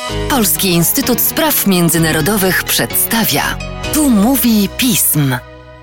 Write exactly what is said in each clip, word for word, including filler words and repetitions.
Polski Instytut Spraw Międzynarodowych przedstawia. Tu mówi pism.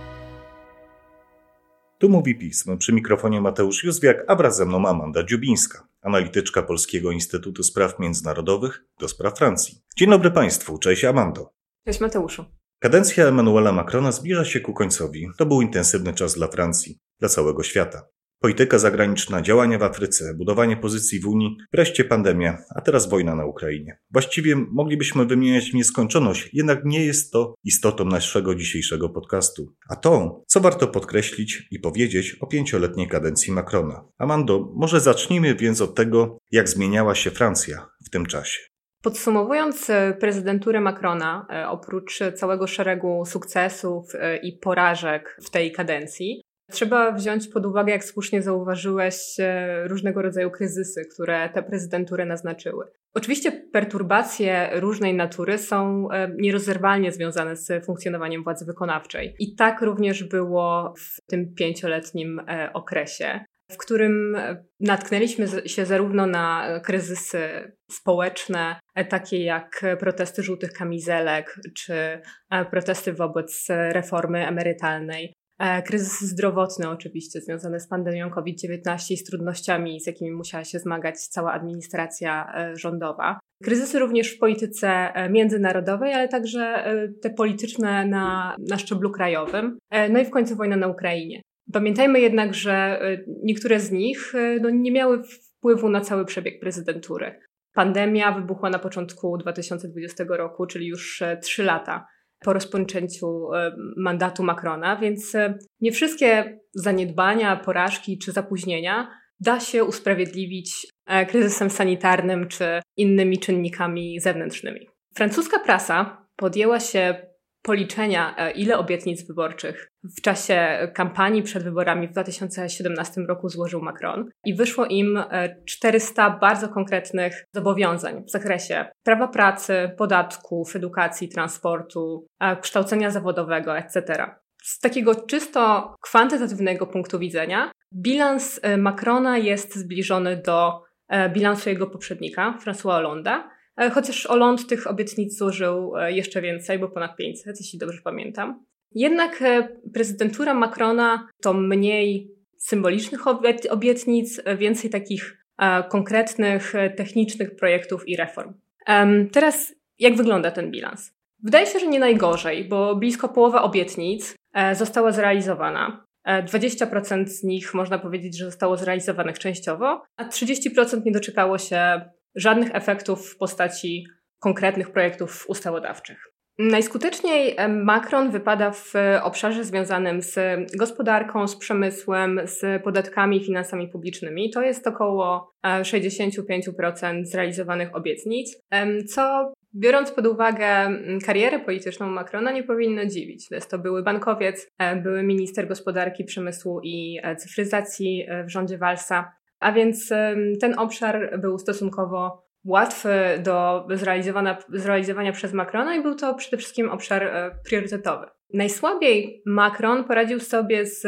Tu mówi pism. Przy mikrofonie Mateusz Józwiak, a wraz ze mną Amanda Dziubińska, analityczka Polskiego Instytutu Spraw Międzynarodowych do spraw Francji. Dzień dobry Państwu, cześć Amando. Cześć Mateuszu. Kadencja Emmanuela Macrona zbliża się ku końcowi. To był intensywny czas dla Francji, dla całego świata. Polityka zagraniczna, działania w Afryce, budowanie pozycji w Unii, wreszcie pandemia, a teraz wojna na Ukrainie. Właściwie moglibyśmy wymieniać w nieskończoność, jednak nie jest to istotą naszego dzisiejszego podcastu. A to, co warto podkreślić i powiedzieć o pięcioletniej kadencji Macrona. Amando, może zacznijmy więc od tego, jak zmieniała się Francja w tym czasie. Podsumowując prezydenturę Macrona, oprócz całego szeregu sukcesów i porażek w tej kadencji, trzeba wziąć pod uwagę, jak słusznie zauważyłeś, różnego rodzaju kryzysy, które tę prezydenturę naznaczyły. Oczywiście perturbacje różnej natury są nierozerwalnie związane z funkcjonowaniem władzy wykonawczej. I tak również było w tym pięcioletnim okresie, w którym natknęliśmy się zarówno na kryzysy społeczne, takie jak protesty żółtych kamizelek, czy protesty wobec reformy emerytalnej, kryzysy zdrowotne oczywiście związane z pandemią covid dziewiętnaście i z trudnościami, z jakimi musiała się zmagać cała administracja rządowa. Kryzysy również w polityce międzynarodowej, ale także te polityczne na, na szczeblu krajowym. No i w końcu wojna na Ukrainie. Pamiętajmy jednak, że niektóre z nich no, nie miały wpływu na cały przebieg prezydentury. Pandemia wybuchła na początku dwa tysiące dwudziestego roku, czyli już trzy lata po rozpoczęciu mandatu Macrona, więc nie wszystkie zaniedbania, porażki czy zapóźnienia da się usprawiedliwić kryzysem sanitarnym czy innymi czynnikami zewnętrznymi. Francuska prasa podjęła się policzenia, ile obietnic wyborczych w czasie kampanii przed wyborami w dwa tysiące siedemnastym roku złożył Macron i wyszło im czterysta bardzo konkretnych zobowiązań w zakresie prawa pracy, podatków, edukacji, transportu, kształcenia zawodowego, et cetera. Z takiego czysto kwantytatywnego punktu widzenia bilans Macrona jest zbliżony do bilansu jego poprzednika, François Hollande'a, chociaż Hollande tych obietnic złożył jeszcze więcej, bo ponad pięćset, jeśli dobrze pamiętam. Jednak prezydentura Macrona to mniej symbolicznych obietnic, więcej takich konkretnych, technicznych projektów i reform. Teraz jak wygląda ten bilans? Wydaje się, że nie najgorzej, bo blisko połowa obietnic została zrealizowana. dwadzieścia procent z nich można powiedzieć, że zostało zrealizowanych częściowo, a trzydzieści procent nie doczekało się żadnych efektów w postaci konkretnych projektów ustawodawczych. Najskuteczniej Macron wypada w obszarze związanym z gospodarką, z przemysłem, z podatkami i finansami publicznymi. To jest około sześćdziesiąt pięć procent zrealizowanych obietnic, co biorąc pod uwagę karierę polityczną Macrona nie powinno dziwić. To jest to były bankowiec, były minister gospodarki, przemysłu i cyfryzacji w rządzie Wallsa. A więc ten obszar był stosunkowo łatwy do zrealizowania, zrealizowania przez Macrona i był to przede wszystkim obszar priorytetowy. Najsłabiej Macron poradził sobie z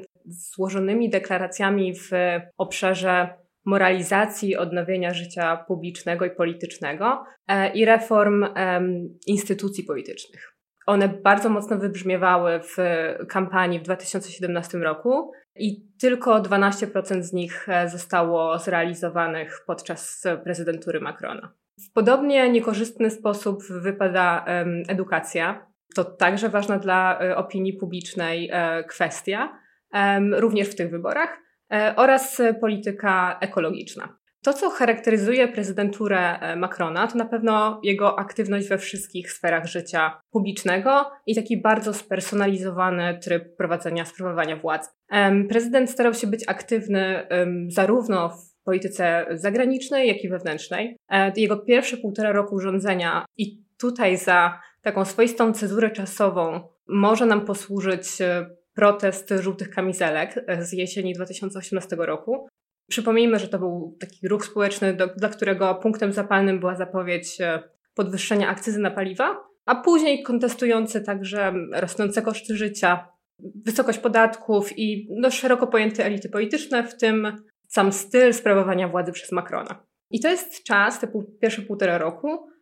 złożonymi deklaracjami w obszarze moralizacji, odnowienia życia publicznego i politycznego i reform instytucji politycznych. One bardzo mocno wybrzmiewały w kampanii w dwa tysiące siedemnastym roku i tylko dwanaście procent z nich zostało zrealizowanych podczas prezydentury Macrona. W podobnie niekorzystny sposób wypada um, edukacja. To także ważna dla um, opinii publicznej um, kwestia, um, również w tych wyborach, um, oraz polityka ekologiczna. To, co charakteryzuje prezydenturę Macrona, to na pewno jego aktywność we wszystkich sferach życia publicznego i taki bardzo spersonalizowany tryb prowadzenia, sprawowania władzy. Prezydent starał się być aktywny zarówno w polityce zagranicznej, jak i wewnętrznej. Jego pierwsze półtora roku rządzenia i tutaj za taką swoistą cezurę czasową może nam posłużyć protest żółtych kamizelek z jesieni dwa tysiące osiemnastego roku. Przypomnijmy, że to był taki ruch społeczny, do, dla którego punktem zapalnym była zapowiedź podwyższenia akcyzy na paliwa, a później kontestujący także rosnące koszty życia, wysokość podatków i no, szeroko pojęte elity polityczne, w tym sam styl sprawowania władzy przez Macrona. I to jest czas, te pół, pierwsze półtora roku,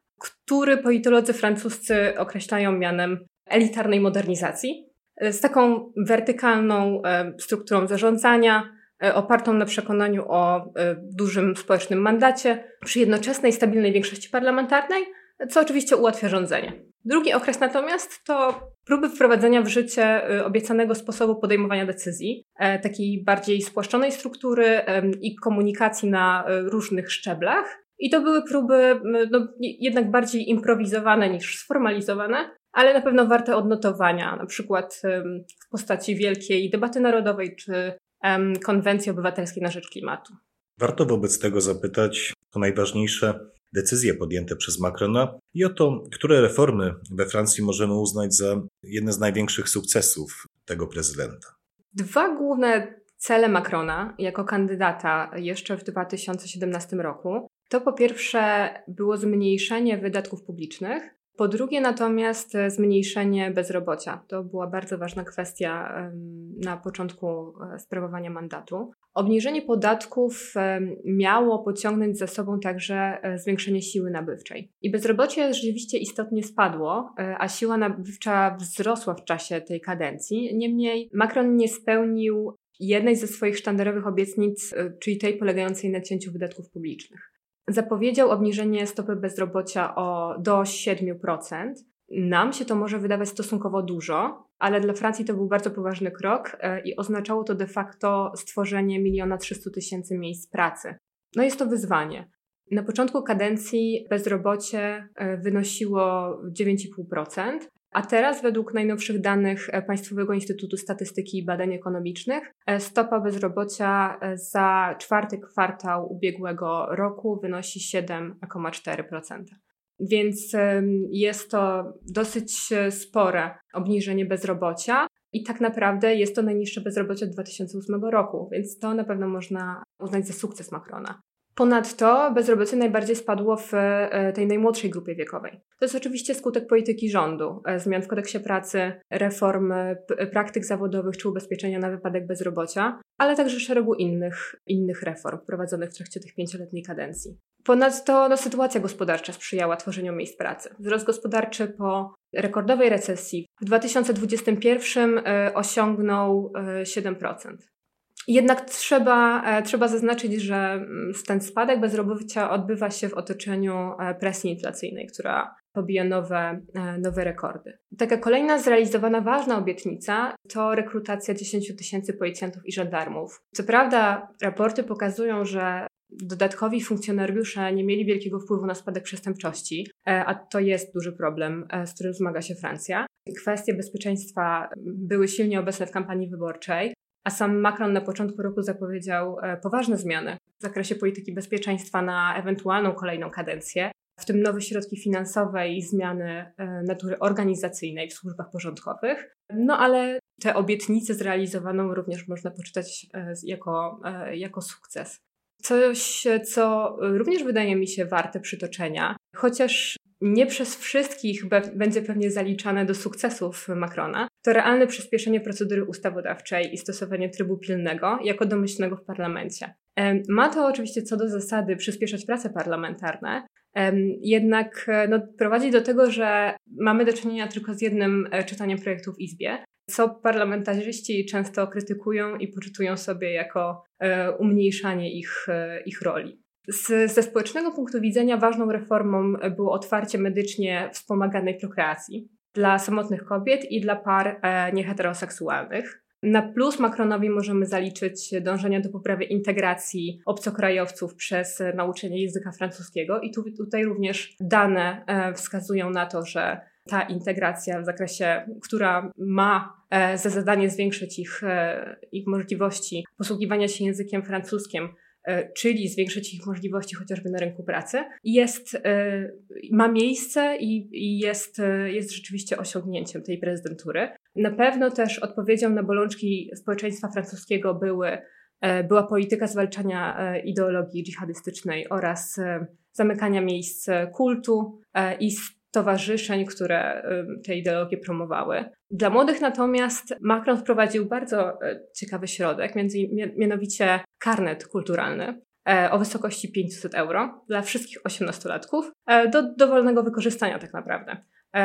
który politolodzy francuscy określają mianem elitarnej modernizacji, z taką wertykalną strukturą zarządzania, opartą na przekonaniu o dużym społecznym mandacie, przy jednoczesnej stabilnej większości parlamentarnej, co oczywiście ułatwia rządzenie. Drugi okres natomiast to próby wprowadzenia w życie obiecanego sposobu podejmowania decyzji, takiej bardziej spłaszczonej struktury i komunikacji na różnych szczeblach. I to były próby no, jednak bardziej improwizowane niż sformalizowane, ale na pewno warte odnotowania, na przykład w postaci wielkiej debaty narodowej czy konwencji obywatelskiej na rzecz klimatu. Warto wobec tego zapytać o najważniejsze decyzje podjęte przez Macrona i o to, które reformy we Francji możemy uznać za jedne z największych sukcesów tego prezydenta. Dwa główne cele Macrona jako kandydata jeszcze w dwa tysiące siedemnastym roku to po pierwsze było zmniejszenie wydatków publicznych, po drugie natomiast zmniejszenie bezrobocia. To była bardzo ważna kwestia na początku sprawowania mandatu. Obniżenie podatków miało pociągnąć za sobą także zwiększenie siły nabywczej. I bezrobocie rzeczywiście istotnie spadło, a siła nabywcza wzrosła w czasie tej kadencji. Niemniej Macron nie spełnił jednej ze swoich sztandarowych obietnic, czyli tej polegającej na cięciu wydatków publicznych. Zapowiedział obniżenie stopy bezrobocia o, do siedem procent. Nam się to może wydawać stosunkowo dużo, ale dla Francji to był bardzo poważny krok i oznaczało to de facto stworzenie miliona trzystu tysięcy miejsc pracy. No jest to wyzwanie. Na początku kadencji bezrobocie wynosiło dziewięć i pół procent, a teraz według najnowszych danych Państwowego Instytutu Statystyki i Badań Ekonomicznych stopa bezrobocia za czwarty kwartał ubiegłego roku wynosi siedem przecinek cztery procent. Więc jest to dosyć spore obniżenie bezrobocia i tak naprawdę jest to najniższe bezrobocie od dwa tysiące ósmego roku, więc to na pewno można uznać za sukces Macrona. Ponadto bezrobocie najbardziej spadło w tej najmłodszej grupie wiekowej. To jest oczywiście skutek polityki rządu, zmian w kodeksie pracy, reform praktyk zawodowych czy ubezpieczenia na wypadek bezrobocia, ale także szeregu innych, innych reform wprowadzonych w trakcie tych pięcioletniej kadencji. Ponadto no, sytuacja gospodarcza sprzyjała tworzeniu miejsc pracy. Wzrost gospodarczy po rekordowej recesji w dwa tysiące dwudziestym pierwszym osiągnął siedem procent. Jednak trzeba, trzeba zaznaczyć, że ten spadek bezrobocia odbywa się w otoczeniu presji inflacyjnej, która pobija nowe, nowe rekordy. Taka kolejna zrealizowana ważna obietnica to rekrutacja dziesięć tysięcy policjantów i żandarmów. Co prawda raporty pokazują, że dodatkowi funkcjonariusze nie mieli wielkiego wpływu na spadek przestępczości, a to jest duży problem, z którym zmaga się Francja. Kwestie bezpieczeństwa były silnie obecne w kampanii wyborczej, a sam Macron na początku roku zapowiedział poważne zmiany w zakresie polityki bezpieczeństwa na ewentualną kolejną kadencję, w tym nowe środki finansowe i zmiany natury organizacyjnej w służbach porządkowych. No ale te obietnice zrealizowaną również można poczytać jako, jako sukces. Coś, co również wydaje mi się warte przytoczenia, chociaż nie przez wszystkich be- będzie pewnie zaliczane do sukcesów Macrona, to realne przyspieszenie procedury ustawodawczej i stosowanie trybu pilnego jako domyślnego w parlamencie. Ma to oczywiście co do zasady przyspieszać prace parlamentarne, jednak no, prowadzi do tego, że mamy do czynienia tylko z jednym czytaniem projektu w Izbie, co parlamentarzyści często krytykują i poczytują sobie jako umniejszanie ich, ich roli. Z, ze społecznego punktu widzenia ważną reformą było otwarcie medycznie wspomaganej prokreacji dla samotnych kobiet i dla par e, nieheteroseksualnych. Na plus Macronowi możemy zaliczyć dążenia do poprawy integracji obcokrajowców przez nauczenie języka francuskiego i tu, tutaj również dane e, wskazują na to, że ta integracja w zakresie, która ma e, za zadanie zwiększyć ich, e, ich możliwości posługiwania się językiem francuskim, czyli zwiększyć ich możliwości chociażby na rynku pracy, jest, ma miejsce i, i jest, jest rzeczywiście osiągnięciem tej prezydentury. Na pewno też odpowiedzią na bolączki społeczeństwa francuskiego były, była polityka zwalczania ideologii dżihadystycznej oraz zamykania miejsc kultu i stowarzyszeń, które te ideologie promowały. Dla młodych natomiast Macron wprowadził bardzo ciekawy środek, między, mianowicie karnet kulturalny. o wysokości pięćset euro dla wszystkich osiemnastolatków do dowolnego wykorzystania tak naprawdę.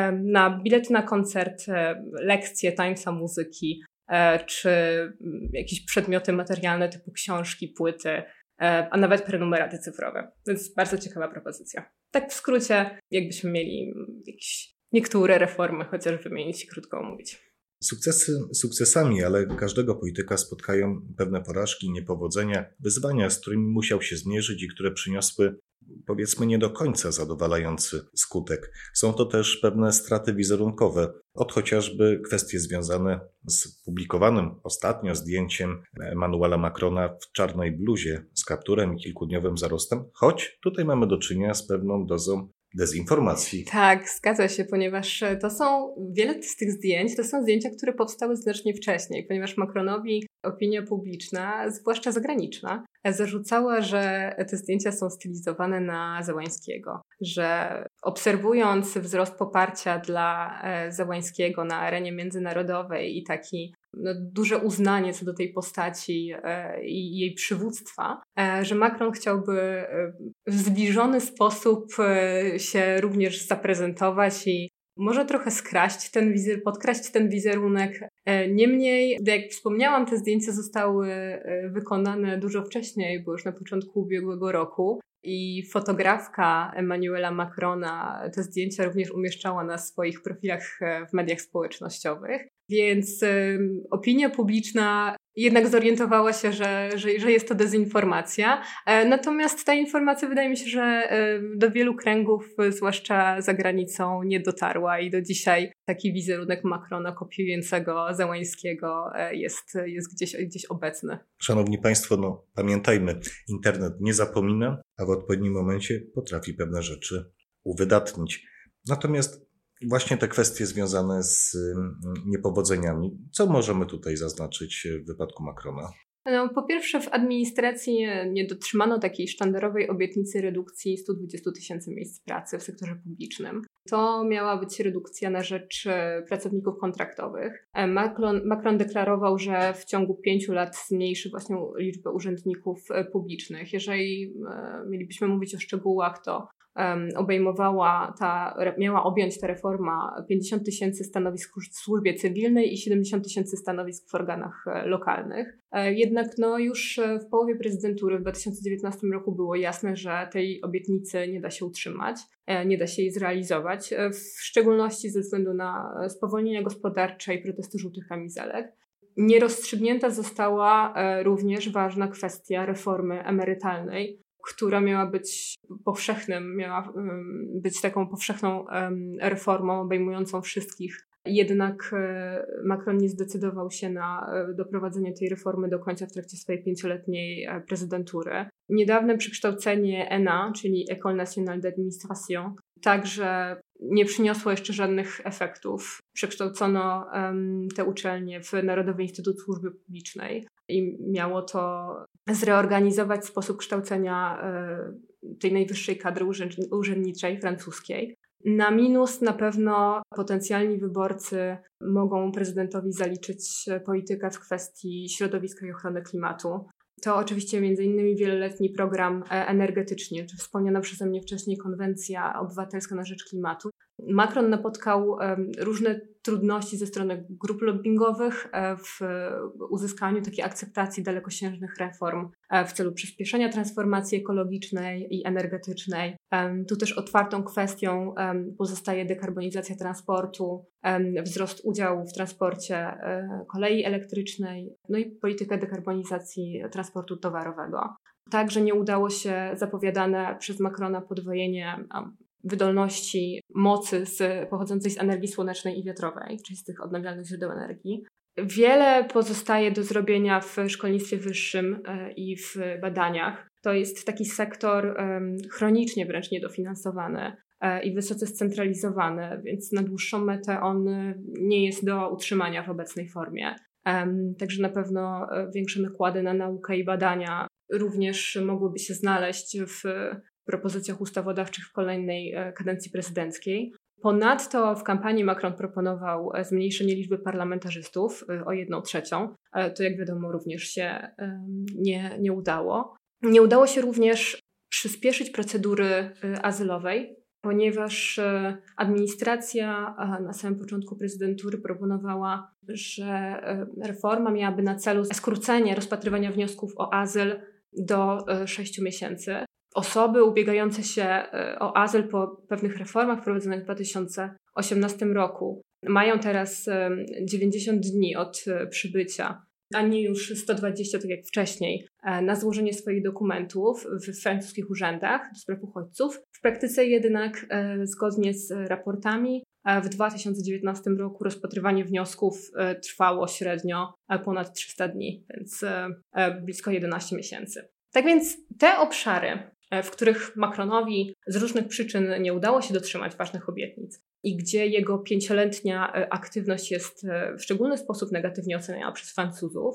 Na bilety na koncert, lekcje tańca, muzyki, czy jakieś przedmioty materialne typu książki, płyty, a nawet prenumeraty cyfrowe. Więc bardzo ciekawa propozycja. Tak w skrócie, jakbyśmy mieli jakieś niektóre reformy chociaż wymienić i krótko omówić. Sukcesy sukcesami, ale każdego polityka spotkają pewne porażki, niepowodzenia, wyzwania, z którymi musiał się zmierzyć i które przyniosły, powiedzmy, nie do końca zadowalający skutek. Są to też pewne straty wizerunkowe, od chociażby kwestie związane z publikowanym ostatnio zdjęciem Emmanuela Macrona w czarnej bluzie z kapturem i kilkudniowym zarostem, choć tutaj mamy do czynienia z pewną dozą dezinformacji. Tak, zgadza się, ponieważ to są, wiele z tych zdjęć to są zdjęcia, które powstały znacznie wcześniej, ponieważ Macronowi opinia publiczna, zwłaszcza zagraniczna, zarzucała, że te zdjęcia są stylizowane na Zełańskiego, że obserwując wzrost poparcia dla Zełańskiego na arenie międzynarodowej i taki no, duże uznanie co do tej postaci e, i jej przywództwa, e, że Macron chciałby e, w zbliżony sposób e, się również zaprezentować i może trochę skraść ten wizer, podkraść ten wizerunek. E, niemniej, jak wspomniałam, te zdjęcia zostały e, wykonane dużo wcześniej, bo już na początku ubiegłego roku. I fotografka Emmanuela Macrona te zdjęcia również umieszczała na swoich profilach w mediach społecznościowych. Więc y, opinia publiczna jednak zorientowała się, że, że, że jest to dezinformacja. E, natomiast ta informacja wydaje mi się, że e, do wielu kręgów, zwłaszcza za granicą, nie dotarła i do dzisiaj taki wizerunek Macrona kopiującego Zełańskiego e, jest, jest gdzieś, gdzieś obecny. Szanowni Państwo, no pamiętajmy, internet nie zapomina, a w odpowiednim momencie potrafi pewne rzeczy uwydatnić. Natomiast właśnie te kwestie związane z niepowodzeniami. Co możemy tutaj zaznaczyć w wypadku Macrona? No, po pierwsze, w administracji nie dotrzymano takiej sztandarowej obietnicy redukcji stu dwudziestu tysięcy miejsc pracy w sektorze publicznym. To miała być redukcja na rzecz pracowników kontraktowych. Macron, Macron deklarował, że w ciągu pięciu lat zmniejszy właśnie liczbę urzędników publicznych. Jeżeli e, mielibyśmy mówić o szczegółach, to Um, obejmowała ta, miała objąć ta reforma pięćdziesiąt tysięcy stanowisk w służbie cywilnej i siedemdziesiąt tysięcy stanowisk w organach e, lokalnych. E, jednak no, już w połowie prezydentury w dwa tysiące dziewiętnastym roku było jasne, że tej obietnicy nie da się utrzymać, e, nie da się jej zrealizować, e, w szczególności ze względu na spowolnienie gospodarcze i protesty żółtych kamizelek. Nierozstrzygnięta została e, również ważna kwestia reformy emerytalnej, która miała być powszechnym, miała um, być taką powszechną um, reformą obejmującą wszystkich. Jednak e, Macron nie zdecydował się na e, doprowadzenie tej reformy do końca w trakcie swojej pięcioletniej e, prezydentury. Niedawne przekształcenie E N A, czyli École Nationale d'Administration, także nie przyniosło jeszcze żadnych efektów. Przekształcono um, te uczelnie w Narodowy Instytut Służby Publicznej i miało to zreorganizować sposób kształcenia y, tej najwyższej kadry urzędniczej francuskiej. Na minus na pewno potencjalni wyborcy mogą prezydentowi zaliczyć politykę w kwestii środowiska i ochrony klimatu. To oczywiście między innymi wieloletni program energetyczny, czy wspomniana przeze mnie wcześniej konwencja obywatelska na rzecz klimatu. Macron napotkał um, różne trudności ze strony grup lobbingowych e, w uzyskaniu takiej akceptacji dalekosiężnych reform e, w celu przyspieszenia transformacji ekologicznej i energetycznej. E, tu też otwartą kwestią e, pozostaje dekarbonizacja transportu, e, wzrost udziału w transporcie e, kolei elektrycznej, no i polityka dekarbonizacji transportu towarowego. Także nie udało się zapowiadane przez Macrona podwojenie wydolności mocy z, pochodzącej z energii słonecznej i wiatrowej, czyli z tych odnawialnych źródeł energii. Wiele pozostaje do zrobienia w szkolnictwie wyższym i w badaniach. To jest taki sektor chronicznie wręcz niedofinansowany i wysoce scentralizowany, więc na dłuższą metę on nie jest do utrzymania w obecnej formie. Także na pewno większe nakłady na naukę i badania również mogłyby się znaleźć w propozycjach ustawodawczych w kolejnej kadencji prezydenckiej. Ponadto w kampanii Macron proponował zmniejszenie liczby parlamentarzystów o jedną trzecią. To jak wiadomo również się nie, nie udało. Nie udało się również przyspieszyć procedury azylowej, ponieważ administracja na samym początku prezydentury proponowała, że reforma miałaby na celu skrócenie rozpatrywania wniosków o azyl do sześciu miesięcy. Osoby ubiegające się o azyl po pewnych reformach wprowadzonych w dwa tysiące osiemnastym roku mają teraz dziewięćdziesiąt dni od przybycia, a nie już sto dwadzieścia, tak jak wcześniej, na złożenie swoich dokumentów w francuskich urzędach do spraw uchodźców. W praktyce jednak, zgodnie z raportami, w dwa tysiące dziewiętnastym roku rozpatrywanie wniosków trwało średnio ponad trzysta dni, więc blisko jedenaście miesięcy. Tak więc te obszary, w których Macronowi z różnych przyczyn nie udało się dotrzymać ważnych obietnic i gdzie jego pięcioletnia aktywność jest w szczególny sposób negatywnie oceniana przez Francuzów,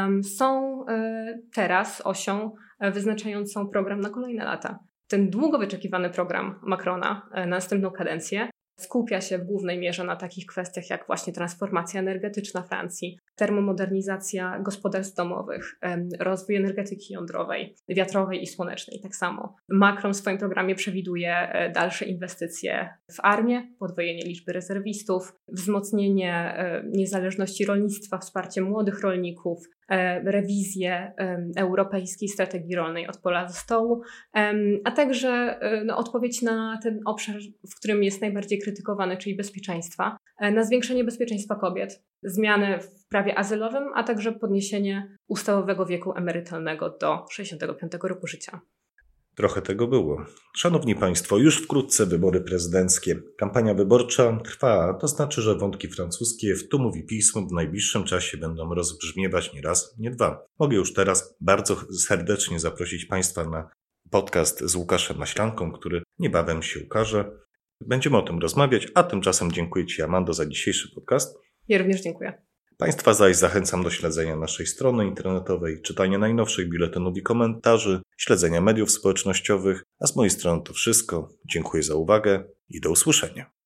są teraz osią wyznaczającą program na kolejne lata. Ten długo wyczekiwany program Macrona na następną kadencję skupia się w głównej mierze na takich kwestiach jak właśnie transformacja energetyczna Francji, termomodernizacja gospodarstw domowych, rozwój energetyki jądrowej, wiatrowej i słonecznej. Tak samo Macron w swoim programie przewiduje dalsze inwestycje w armię, podwojenie liczby rezerwistów, wzmocnienie niezależności rolnictwa, wsparcie młodych rolników, rewizję europejskiej strategii rolnej od pola do stołu, a także no, odpowiedź na ten obszar, w którym jest najbardziej krytykowany, czyli bezpieczeństwa, na zwiększenie bezpieczeństwa kobiet, zmiany w prawie azylowym, a także podniesienie ustawowego wieku emerytalnego do sześćdziesiątego piątego roku życia. Trochę tego było. Szanowni Państwo, już wkrótce wybory prezydenckie. Kampania wyborcza trwa, to znaczy, że wątki francuskie w Tu mówi pism w najbliższym czasie będą rozbrzmiewać nie raz, nie dwa. Mogę już teraz bardzo serdecznie zaprosić Państwa na podcast z Łukaszem Maślanką, który niebawem się ukaże. Będziemy o tym rozmawiać, a tymczasem dziękuję Ci, Amando, za dzisiejszy podcast. Ja również dziękuję. Państwa zaś zachęcam do śledzenia naszej strony internetowej, czytania najnowszych biuletynów i komentarzy, śledzenia mediów społecznościowych, a z mojej strony to wszystko. Dziękuję za uwagę i do usłyszenia.